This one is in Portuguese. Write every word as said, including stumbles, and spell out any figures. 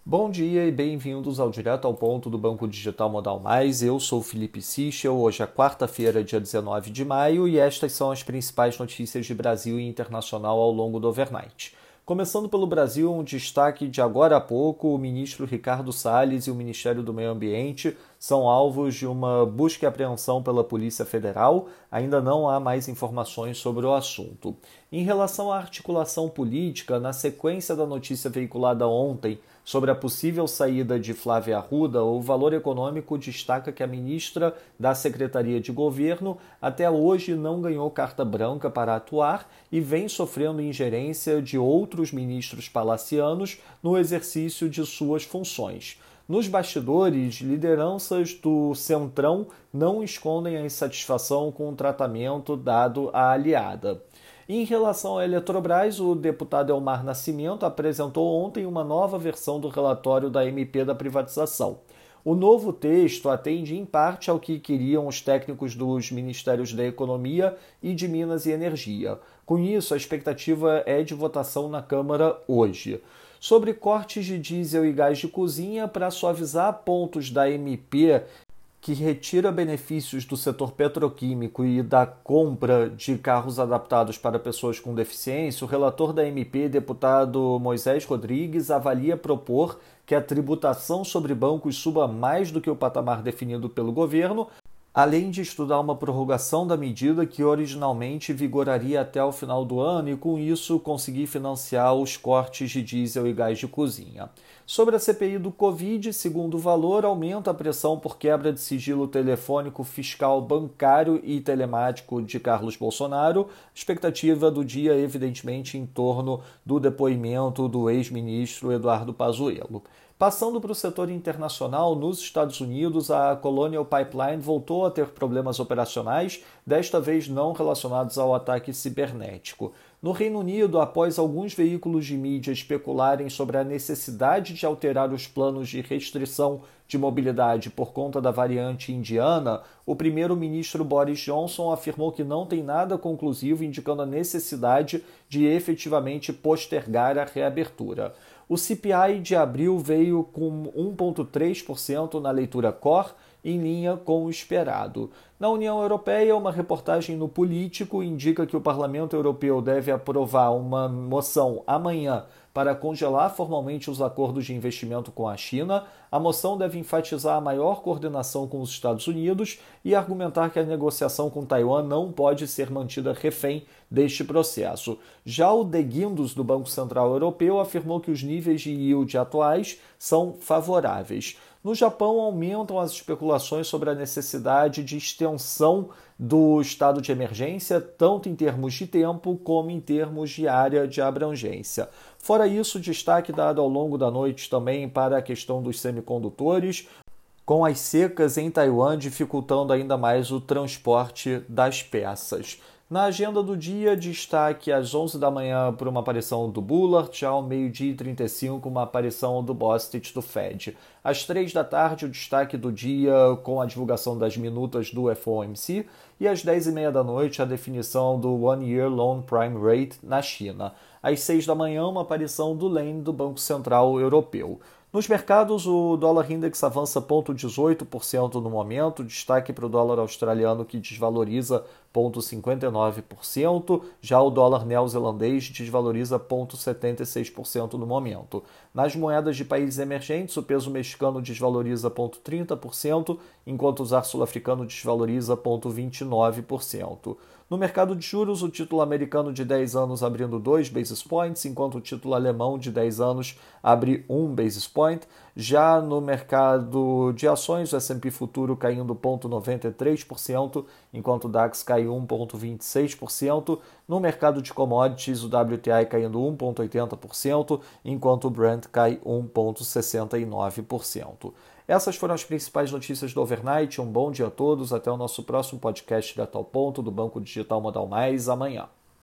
Bom dia e bem-vindos ao Direto ao Ponto do Banco Digital Modal Mais. Eu sou Felipe Sichel. Hoje é quarta-feira, dia dezenove de maio, e estas são as principais notícias de Brasil e internacional ao longo do overnight. Começando pelo Brasil, um destaque de agora a pouco: o ministro Ricardo Salles e o Ministério do Meio Ambiente são alvos de uma busca e apreensão pela Polícia Federal. Ainda não há mais informações sobre o assunto. Em relação à articulação política, na sequência da notícia veiculada ontem sobre a possível saída de Flávia Arruda, o Valor Econômico destaca que a ministra da Secretaria de Governo até hoje não ganhou carta branca para atuar e vem sofrendo ingerência de outros ministros palacianos no exercício de suas funções. Nos bastidores, lideranças do Centrão não escondem a insatisfação com o tratamento dado à aliada. Em relação à Eletrobras, o deputado Elmar Nascimento apresentou ontem uma nova versão do relatório da M P da privatização. O novo texto atende em parte ao que queriam os técnicos dos Ministérios da Economia e de Minas e Energia. Com isso, a expectativa é de votação na Câmara hoje. Sobre cortes de diesel e gás de cozinha, para suavizar pontos da M P que retira benefícios do setor petroquímico e da compra de carros adaptados para pessoas com deficiência, o relator da M P, deputado Moisés Rodrigues, avalia propor que a tributação sobre bancos suba mais do que o patamar definido pelo governo, além de estudar uma prorrogação da medida que originalmente vigoraria até o final do ano e, com isso, conseguir financiar os cortes de diesel e gás de cozinha. Sobre a C P I do Covid, segundo o Valor, aumenta a pressão por quebra de sigilo telefônico, fiscal, bancário e telemático de Carlos Bolsonaro. Expectativa do dia, evidentemente, em torno do depoimento do ex-ministro Eduardo Pazuello. Passando para o setor internacional, nos Estados Unidos, a Colonial Pipeline voltou a ter problemas operacionais, desta vez não relacionados ao ataque cibernético. No Reino Unido, após alguns veículos de mídia especularem sobre a necessidade de alterar os planos de restrição de mobilidade por conta da variante indiana, o primeiro-ministro Boris Johnson afirmou que não tem nada conclusivo indicando a necessidade de efetivamente postergar a reabertura. O C P I de abril veio com um vírgula três por cento na leitura core, em linha com o esperado. Na União Europeia, uma reportagem no Político indica que o Parlamento Europeu deve aprovar uma moção amanhã para congelar formalmente os acordos de investimento com a China. A moção deve enfatizar a maior coordenação com os Estados Unidos e argumentar que a negociação com Taiwan não pode ser mantida refém deste processo. Já o De Guindos, do Banco Central Europeu, afirmou que os níveis de yield atuais são favoráveis. No Japão, aumentam as especulações sobre a necessidade de extensão do estado de emergência, tanto em termos de tempo como em termos de área de abrangência. Fora isso, destaque dado ao longo da noite também para a questão dos semicondutores, com as secas em Taiwan dificultando ainda mais o transporte das peças. Na agenda do dia, destaque às onze da manhã para uma aparição do Bullard, já ao meio-dia e trinta e cinco uma aparição do Bostic do Fed. Às três da tarde, o destaque do dia com a divulgação das minutas do F O M C e às dez e meia da noite a definição do One Year Loan Prime Rate na China. Às seis da manhã, uma aparição do Lane do Banco Central Europeu. Nos mercados, o dólar index avança zero vírgula dezoito por cento no momento, destaque para o dólar australiano que desvaloriza zero vírgula cinquenta e nove por cento, já o dólar neozelandês desvaloriza zero vírgula setenta e seis por cento no momento. Nas moedas de países emergentes, o peso mexicano desvaloriza zero vírgula trinta por cento, enquanto o zar sul-africano desvaloriza zero vírgula vinte e nove por cento. No mercado de juros, o título americano de dez anos abrindo dois basis points, enquanto o título alemão de dez anos abre um basis point. Já no mercado de ações, o S and P futuro caindo zero vírgula noventa e três por cento, enquanto o DAX cai um vírgula vinte e seis por cento. No mercado de commodities, o W T I caindo um vírgula oitenta por cento, enquanto o Brent cai um vírgula sessenta e nove por cento. Essas foram as principais notícias do overnight. Um bom dia a todos. Até o nosso próximo podcast Direto ao Ponto do Banco Digital Modal Mais amanhã.